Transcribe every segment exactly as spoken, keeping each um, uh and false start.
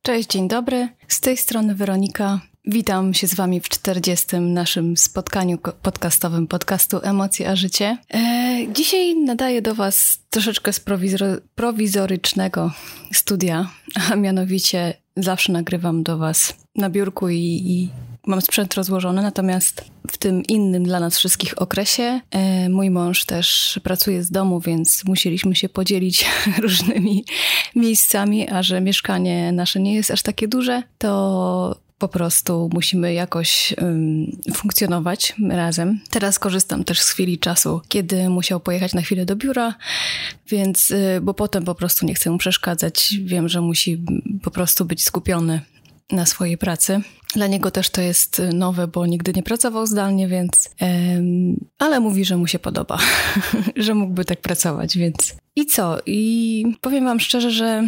Cześć, dzień dobry. Z tej strony Weronika. Witam się z Wami w czterdziestym naszym spotkaniu podcastowym podcastu Emocje a Życie. Eee, dzisiaj nadaję do Was troszeczkę z prowizor- prowizorycznego studia, a mianowicie zawsze nagrywam do Was na biurku i, i mam sprzęt rozłożony, natomiast w tym innym dla nas wszystkich okresie e, mój mąż też pracuje z domu, więc musieliśmy się podzielić różnymi miejscami, a że mieszkanie nasze nie jest aż takie duże, to po prostu musimy jakoś um, funkcjonować razem. Teraz korzystam też z chwili czasu, kiedy musiał pojechać na chwilę do biura, więc, y, bo potem po prostu nie chcę mu przeszkadzać. Wiem, że musi po prostu być skupiony na swojej pracy. Dla niego też to jest nowe, bo nigdy nie pracował zdalnie, więc... Em, ale mówi, że mu się podoba, że mógłby tak pracować, więc... I co? I powiem Wam szczerze, że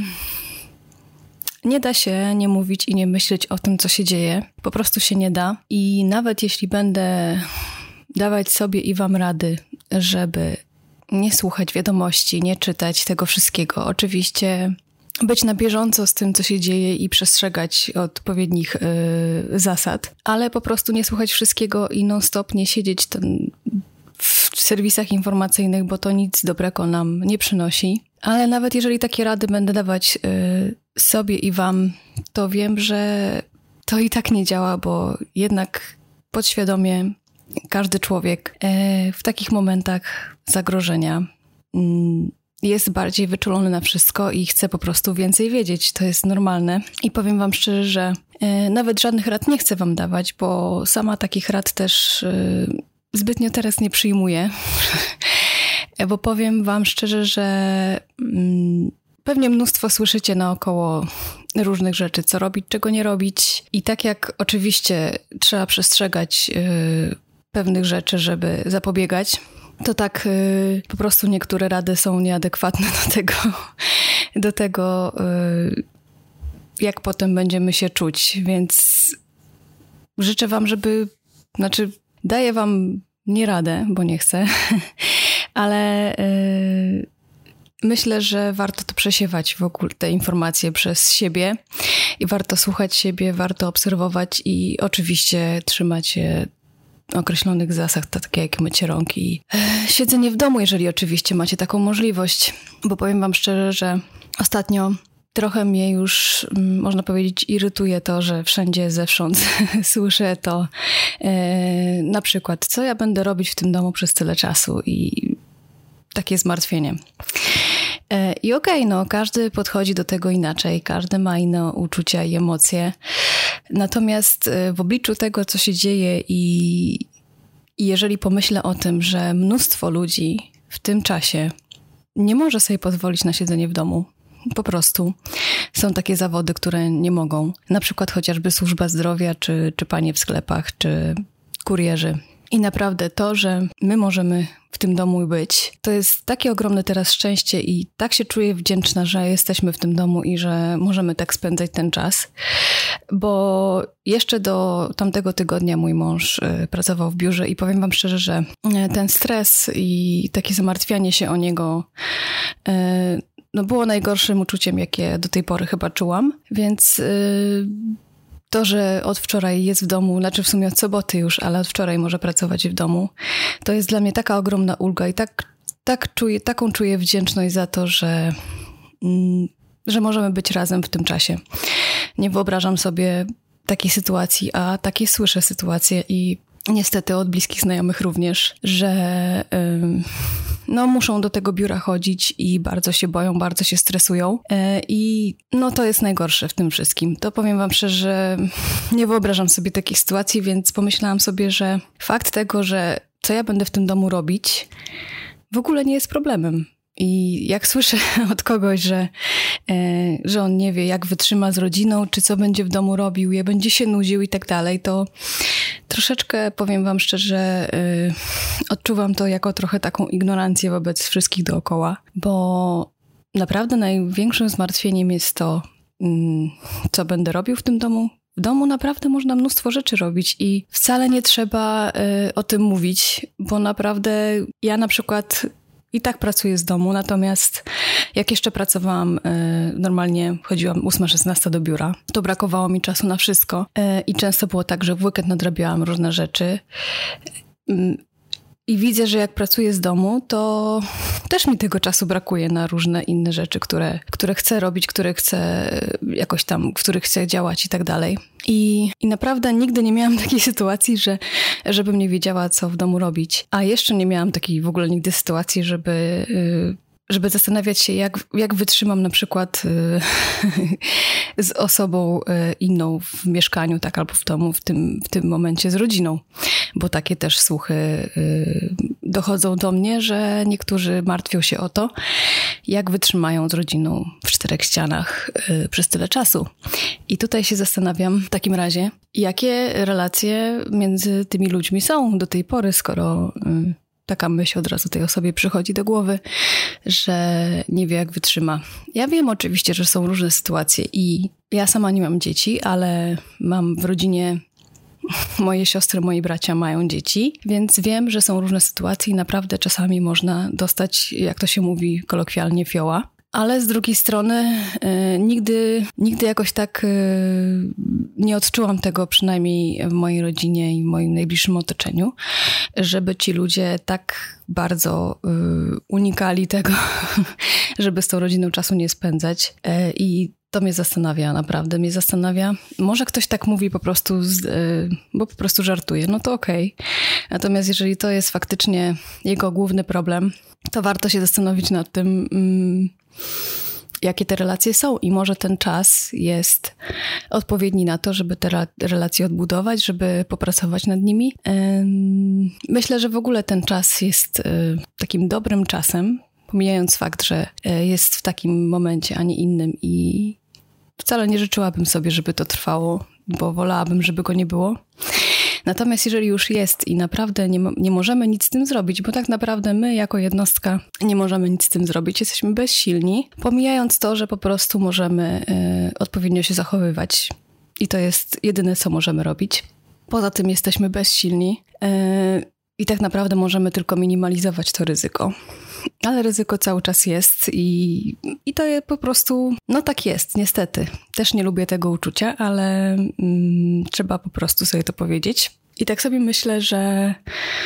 nie da się nie mówić i nie myśleć o tym, co się dzieje. Po prostu się nie da. I nawet jeśli będę dawać sobie i Wam rady, żeby nie słuchać wiadomości, nie czytać tego wszystkiego, oczywiście być na bieżąco z tym, co się dzieje i przestrzegać odpowiednich yy, zasad, ale po prostu nie słuchać wszystkiego i non-stop nie siedzieć ten, w serwisach informacyjnych, bo to nic dobrego nam nie przynosi. Ale nawet jeżeli takie rady będę dawać yy, sobie i Wam, to wiem, że to i tak nie działa, bo jednak podświadomie każdy człowiek yy, w takich momentach zagrożenia yy, jest bardziej wyczulony na wszystko i chce po prostu więcej wiedzieć. To jest normalne. I powiem Wam szczerze, że yy, nawet żadnych rad nie chcę Wam dawać, bo sama takich rad też yy, zbytnio teraz nie przyjmuję. Bo powiem Wam szczerze, że mm, pewnie mnóstwo słyszycie naokoło różnych rzeczy, co robić, czego nie robić. I tak jak oczywiście trzeba przestrzegać yy, pewnych rzeczy, żeby zapobiegać, to tak yy, po prostu niektóre rady są nieadekwatne do tego, do tego yy, jak potem będziemy się czuć. Więc życzę Wam, żeby... Znaczy, daję Wam nie radę, bo nie chcę, ale yy, myślę, że warto to przesiewać w ogóle te informacje przez siebie i warto słuchać siebie, warto obserwować i oczywiście trzymać się określonych zasad, takie jak mycie rąk i yy, siedzenie w domu, jeżeli oczywiście macie taką możliwość, bo powiem Wam szczerze, że ostatnio trochę mnie już, można powiedzieć, irytuje to, że wszędzie zewsząd słyszę to, e, na przykład, co ja będę robić w tym domu przez tyle czasu i takie zmartwienie. E, I okej, okay, no każdy podchodzi do tego inaczej, każdy ma inne uczucia i emocje, natomiast w obliczu tego, co się dzieje i, i jeżeli pomyślę o tym, że mnóstwo ludzi w tym czasie nie może sobie pozwolić na siedzenie w domu, po prostu są takie zawody, które nie mogą. Na przykład chociażby służba zdrowia, czy, czy panie w sklepach, czy kurierzy. I naprawdę to, że my możemy w tym domu być, to jest takie ogromne teraz szczęście i tak się czuję wdzięczna, że jesteśmy w tym domu i że możemy tak spędzać ten czas. Bo jeszcze do tamtego tygodnia mój mąż y, pracował w biurze i powiem Wam szczerze, że y, ten stres i takie zamartwianie się o niego y, no było najgorszym uczuciem, jakie do tej pory chyba czułam, więc yy, to, że od wczoraj jest w domu, znaczy w sumie od soboty już, ale od wczoraj może pracować w domu, to jest dla mnie taka ogromna ulga i tak, tak czuję, taką czuję wdzięczność za to, że, yy, że możemy być razem w tym czasie. Nie wyobrażam sobie takiej sytuacji, a takie słyszę sytuacje i niestety od bliskich znajomych również, że yy, no muszą do tego biura chodzić i bardzo się boją, bardzo się stresują yy, i no to jest najgorsze w tym wszystkim. To powiem Wam szczerze, że nie wyobrażam sobie takiej sytuacji, więc pomyślałam sobie, że fakt tego, że co ja będę w tym domu robić, w ogóle nie jest problemem. I jak słyszę od kogoś, że, e, że on nie wie, jak wytrzyma z rodziną, czy co będzie w domu robił, je będzie się nudził i tak dalej, to troszeczkę, powiem Wam szczerze, e, odczuwam to jako trochę taką ignorancję wobec wszystkich dookoła, bo naprawdę największym zmartwieniem jest to, mm, co będę robił w tym domu. W domu naprawdę można mnóstwo rzeczy robić i wcale nie trzeba e, o tym mówić, bo naprawdę ja na przykład i tak pracuję z domu, natomiast jak jeszcze pracowałam, normalnie chodziłam ósma szesnasta do biura, to brakowało mi czasu na wszystko i często było tak, że w weekend nadrabiałam różne rzeczy. I widzę, że jak pracuję z domu, to też mi tego czasu brakuje na różne inne rzeczy, które, które chcę robić, które chcę jakoś tam, w których chcę działać i tak dalej. I, i naprawdę nigdy nie miałam takiej sytuacji, że żebym nie wiedziała, co w domu robić. A jeszcze nie miałam takiej w ogóle nigdy sytuacji, żeby... Yy, żeby zastanawiać się, jak, jak wytrzymam na przykład y, z osobą y, inną w mieszkaniu, tak, albo w domu, w tym, w tym momencie z rodziną. Bo takie też słuchy y, dochodzą do mnie, że niektórzy martwią się o to, jak wytrzymają z rodziną w czterech ścianach y, przez tyle czasu. I tutaj się zastanawiam w takim razie, jakie relacje między tymi ludźmi są do tej pory, skoro... Y, taka myśl od razu tej osobie przychodzi do głowy, że nie wie, jak wytrzyma. Ja wiem oczywiście, że są różne sytuacje i ja sama nie mam dzieci, ale mam w rodzinie, moje siostry, moi bracia mają dzieci, więc wiem, że są różne sytuacje i naprawdę czasami można dostać, jak to się mówi kolokwialnie, fioła. Ale z drugiej strony y, nigdy, nigdy jakoś tak y, nie odczułam tego, przynajmniej w mojej rodzinie i w moim najbliższym otoczeniu, żeby ci ludzie tak bardzo y, unikali tego, żeby z tą rodziną czasu nie spędzać. Y, I to mnie zastanawia, naprawdę mnie zastanawia. Może ktoś tak mówi po prostu, z, y, bo po prostu żartuje, no to okej. Okay. Natomiast jeżeli to jest faktycznie jego główny problem, to warto się zastanowić nad tym, y, jakie te relacje są i może ten czas jest odpowiedni na to, żeby te relacje odbudować, żeby popracować nad nimi. Myślę, że w ogóle ten czas jest takim dobrym czasem, pomijając fakt, że jest w takim momencie, a nie innym i wcale nie życzyłabym sobie, żeby to trwało, bo wolałabym, żeby go nie było. Natomiast jeżeli już jest i naprawdę nie, nie możemy nic z tym zrobić, bo tak naprawdę my jako jednostka nie możemy nic z tym zrobić, jesteśmy bezsilni, pomijając to, że po prostu możemy y, odpowiednio się zachowywać i to jest jedyne, co możemy robić. Poza tym jesteśmy bezsilni y, i tak naprawdę możemy tylko minimalizować to ryzyko. Ale ryzyko cały czas jest i, i to jest po prostu, no tak jest, niestety. Też nie lubię tego uczucia, ale mm, trzeba po prostu sobie to powiedzieć. I tak sobie myślę, że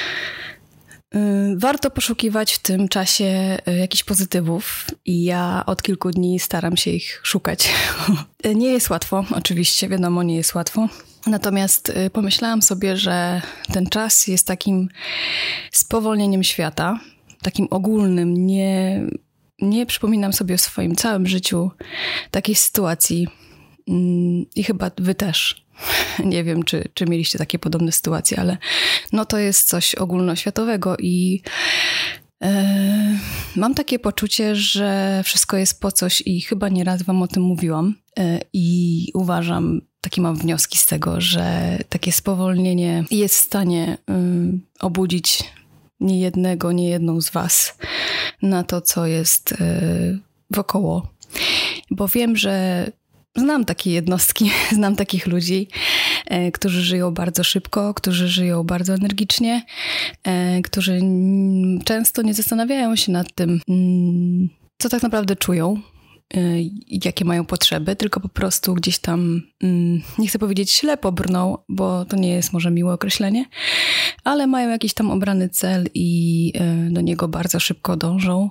y, warto poszukiwać w tym czasie y, jakichś pozytywów i ja od kilku dni staram się ich szukać. Nie jest łatwo, oczywiście, wiadomo, nie jest łatwo. Natomiast y, pomyślałam sobie, że ten czas jest takim spowolnieniem świata, takim ogólnym. Nie, nie przypominam sobie w swoim całym życiu takiej sytuacji i chyba wy też. Nie wiem, czy, czy mieliście takie podobne sytuacje, ale no to jest coś ogólnoświatowego i e, mam takie poczucie, że wszystko jest po coś i chyba nieraz wam o tym mówiłam e, i uważam, takie mam wnioski z tego, że takie spowolnienie jest w stanie e, obudzić nie jednego, nie jedną z was na to, co jest yy, wokoło. Bo wiem, że znam takie jednostki, znam takich ludzi, yy, którzy żyją bardzo szybko, którzy żyją bardzo energicznie, yy, którzy yy, często nie zastanawiają się nad tym, yy, co tak naprawdę czują, jakie mają potrzeby, tylko po prostu gdzieś tam, nie chcę powiedzieć ślepo brną, bo to nie jest może miłe określenie, ale mają jakiś tam obrany cel i do niego bardzo szybko dążą.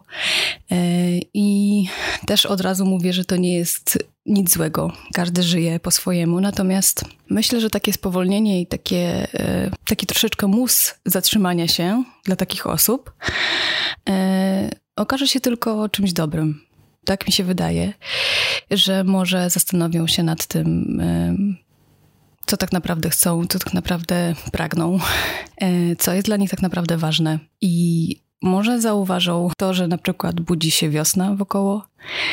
I też od razu mówię, że to nie jest nic złego. Każdy żyje po swojemu. Natomiast myślę, że takie spowolnienie i takie, taki troszeczkę mus zatrzymania się dla takich osób okaże się tylko czymś dobrym. Tak mi się wydaje, że może zastanowią się nad tym, co tak naprawdę chcą, co tak naprawdę pragną, co jest dla nich tak naprawdę ważne. I może zauważą to, że na przykład budzi się wiosna wokoło,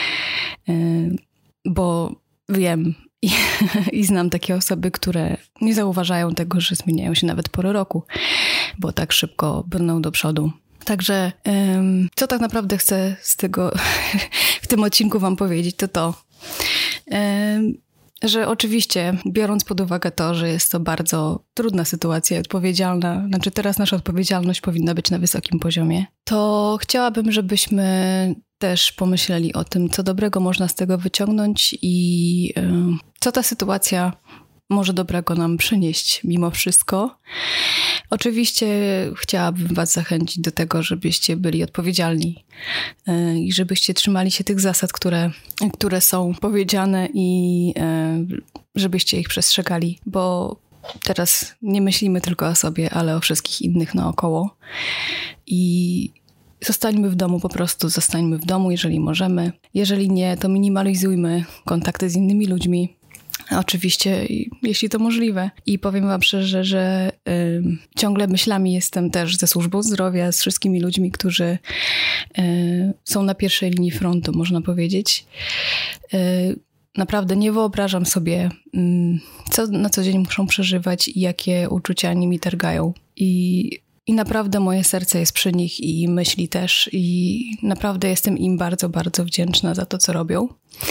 bo wiem i, i znam takie osoby, które nie zauważają tego, że zmieniają się nawet pory roku, bo tak szybko brną do przodu. Także um, co tak naprawdę chcę z tego w tym odcinku wam powiedzieć, to to, um, że oczywiście, biorąc pod uwagę to, że jest to bardzo trudna sytuacja, odpowiedzialna, znaczy teraz nasza odpowiedzialność powinna być na wysokim poziomie, to chciałabym, żebyśmy też pomyśleli o tym, co dobrego można z tego wyciągnąć i yy, co ta sytuacja może dobrego nam przynieść mimo wszystko. Oczywiście chciałabym was zachęcić do tego, żebyście byli odpowiedzialni yy, i żebyście trzymali się tych zasad, które, które są powiedziane i yy, żebyście ich przestrzegali, bo teraz nie myślimy tylko o sobie, ale o wszystkich innych naokoło. I zostańmy w domu, po prostu zostańmy w domu, jeżeli możemy. Jeżeli nie, to minimalizujmy kontakty z innymi ludźmi. Oczywiście, jeśli to możliwe. I powiem wam szczerze, że y, ciągle myślami jestem też ze służbą zdrowia, z wszystkimi ludźmi, którzy y, są na pierwszej linii frontu, można powiedzieć. Y, naprawdę nie wyobrażam sobie, y, co na co dzień muszą przeżywać i jakie uczucia nimi targają. I I naprawdę moje serce jest przy nich i myśli też. I naprawdę jestem im bardzo, bardzo wdzięczna za to, co robią.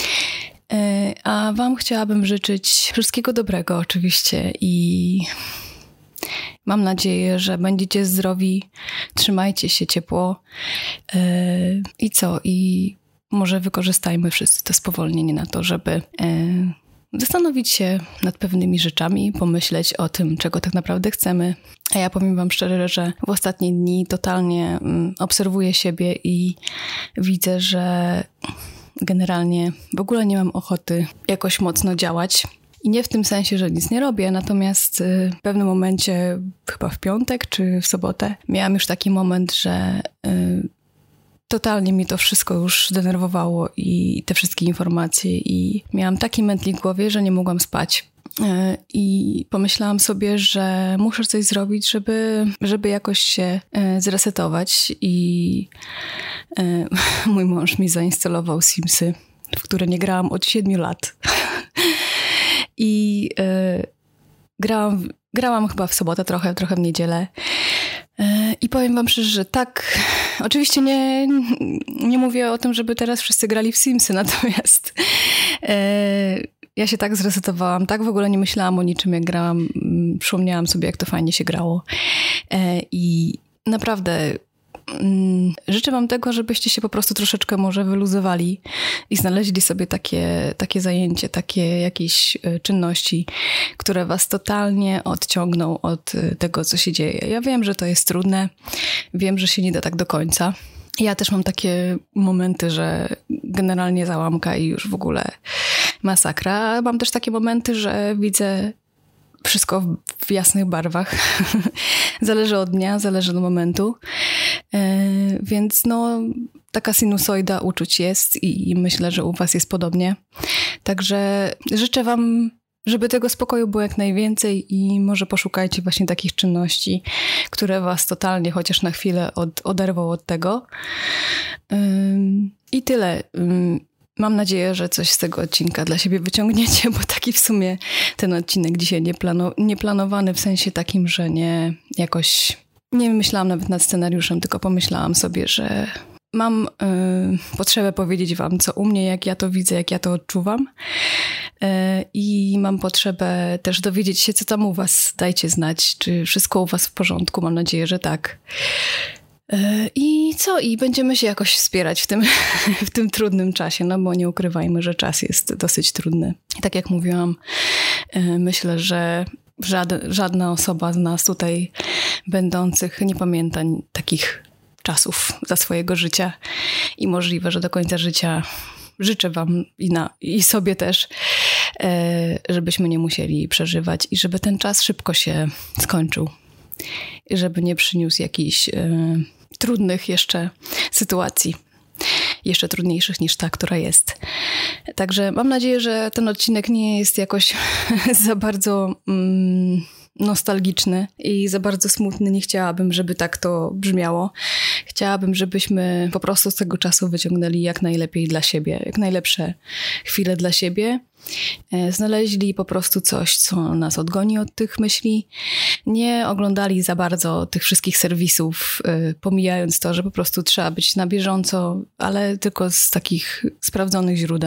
A wam chciałabym życzyć wszystkiego dobrego oczywiście i mam nadzieję, że będziecie zdrowi, trzymajcie się ciepło i co? I może wykorzystajmy wszyscy to spowolnienie na to, żeby zastanowić się nad pewnymi rzeczami, pomyśleć o tym, czego tak naprawdę chcemy. A ja powiem wam szczerze, że w ostatnie dni totalnie obserwuję siebie i widzę, że generalnie w ogóle nie mam ochoty jakoś mocno działać. I nie w tym sensie, że nic nie robię, natomiast w pewnym momencie, chyba w piątek czy w sobotę, miałam już taki moment, że totalnie mi to wszystko już denerwowało i te wszystkie informacje i miałam taki mętlik w głowie, że nie mogłam spać. I pomyślałam sobie, że muszę coś zrobić, żeby, żeby jakoś się zresetować i mój mąż mi zainstalował Simsy, w które nie grałam od siedmiu lat. I grałam, grałam chyba w sobotę trochę, trochę w niedzielę. I powiem wam szczerze, że tak, oczywiście nie, nie mówię o tym, żeby teraz wszyscy grali w Simsy, natomiast e, ja się tak zresetowałam, tak w ogóle nie myślałam o niczym, jak grałam, przypomniałam sobie, jak to fajnie się grało. E, I naprawdę mm, życzę wam tego, żebyście się po prostu troszeczkę może wyluzowali i znaleźli sobie takie, takie zajęcie, takie jakieś czynności, które was totalnie odciągną od tego, co się dzieje. Ja wiem, że to jest trudne, wiem, że się nie da tak do końca. Ja też mam takie momenty, że generalnie załamka i już w ogóle masakra. Mam też takie momenty, że widzę wszystko w, w jasnych barwach. Zależy od dnia, zależy od momentu. Yy, więc no, taka sinusoida uczuć jest i, i myślę, że u was jest podobnie. Także życzę wam, żeby tego spokoju było jak najwięcej i może poszukajcie właśnie takich czynności, które was totalnie chociaż na chwilę od, oderwą od tego. Yy, I tyle. Yy. Mam nadzieję, że coś z tego odcinka dla siebie wyciągniecie, bo taki w sumie ten odcinek dzisiaj nieplano- nieplanowany w sensie takim, że nie jakoś nie myślałam nawet nad scenariuszem, tylko pomyślałam sobie, że mam y, potrzebę powiedzieć wam, co u mnie, jak ja to widzę, jak ja to odczuwam y, i mam potrzebę też dowiedzieć się, co tam u was. Dajcie znać, czy wszystko u was w porządku. Mam nadzieję, że tak. I co? I będziemy się jakoś wspierać w tym, w tym trudnym czasie, no bo nie ukrywajmy, że czas jest dosyć trudny. I tak jak mówiłam, myślę, że żadna, żadna osoba z nas tutaj będących nie pamięta takich czasów za swojego życia i możliwe, że do końca życia życzę wam i, na, i sobie też, żebyśmy nie musieli przeżywać i żeby ten czas szybko się skończył. Żeby nie przyniósł jakichś y, trudnych jeszcze sytuacji, jeszcze trudniejszych niż ta, która jest. Także mam nadzieję, że ten odcinek nie jest jakoś za bardzo mm, nostalgiczny i za bardzo smutny. Nie chciałabym, żeby tak to brzmiało. Chciałabym, żebyśmy po prostu z tego czasu wyciągnęli jak najlepiej dla siebie, jak najlepsze chwile dla siebie. Znaleźli po prostu coś, co nas odgoni od tych myśli. Nie oglądali za bardzo tych wszystkich serwisów, pomijając to, że po prostu trzeba być na bieżąco, ale tylko z takich sprawdzonych źródeł.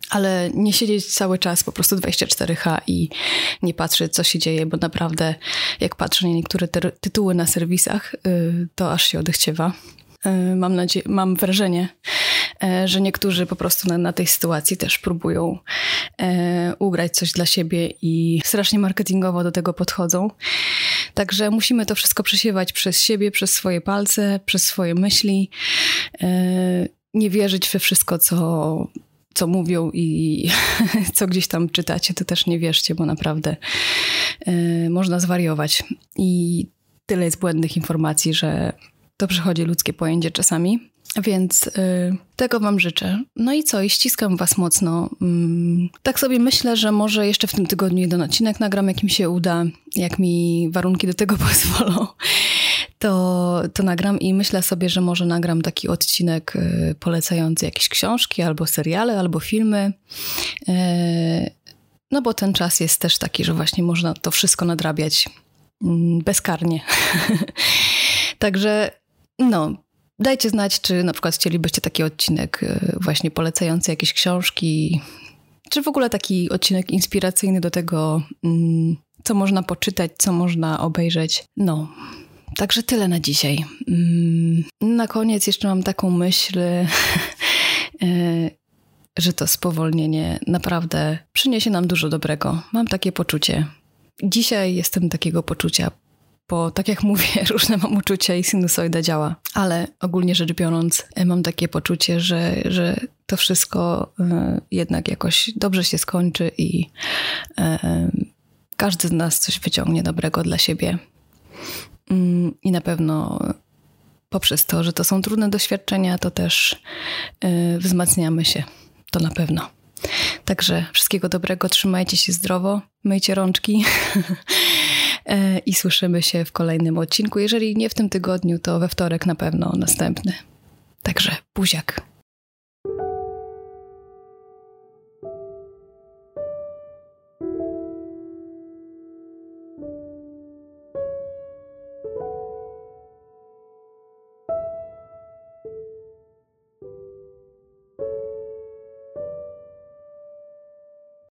ale nie siedzieć cały czas po prostu dwadzieścia cztery H i nie patrzeć, co się dzieje, bo naprawdę jak patrzę na niektóre te tytuły na serwisach, to aż się odechciewa. Mam nadzieję, mam wrażenie, że niektórzy po prostu na, na tej sytuacji też próbują e, ugrać coś dla siebie i strasznie marketingowo do tego podchodzą. Także musimy to wszystko przesiewać przez siebie, przez swoje palce, przez swoje myśli. E, nie wierzyć we wszystko, co, co mówią i co gdzieś tam czytacie, to też nie wierzcie, bo naprawdę e, można zwariować. I tyle jest błędnych informacji, że to przechodzi ludzkie pojęcie czasami, więc y, tego wam życzę. No i co? I ściskam was mocno. Mm, tak sobie myślę, że może jeszcze w tym tygodniu jeden odcinek nagram, jak mi się uda, jak mi warunki do tego pozwolą, to, to nagram i myślę sobie, że może nagram taki odcinek y, polecający jakieś książki, albo seriale, albo filmy. Y, no bo ten czas jest też taki, że właśnie można to wszystko nadrabiać y, bezkarnie. Także no, dajcie znać, czy na przykład chcielibyście taki odcinek właśnie polecający jakieś książki, czy w ogóle taki odcinek inspiracyjny do tego, co można poczytać, co można obejrzeć. No, także tyle na dzisiaj. Na koniec jeszcze mam taką myśl, że to spowolnienie naprawdę przyniesie nam dużo dobrego. Mam takie poczucie. Dzisiaj jestem takiego poczucia, bo tak jak mówię, różne mam uczucia i sinusoida działa, ale ogólnie rzecz biorąc mam takie poczucie, że, że to wszystko y, jednak jakoś dobrze się skończy i y, każdy z nas coś wyciągnie dobrego dla siebie. Y, I na pewno poprzez to, że to są trudne doświadczenia, to też y, wzmacniamy się. To na pewno. Także wszystkiego dobrego, trzymajcie się zdrowo, myjcie rączki. I słyszymy się w kolejnym odcinku. Jeżeli nie w tym tygodniu, to we wtorek na pewno następny. Także buziak.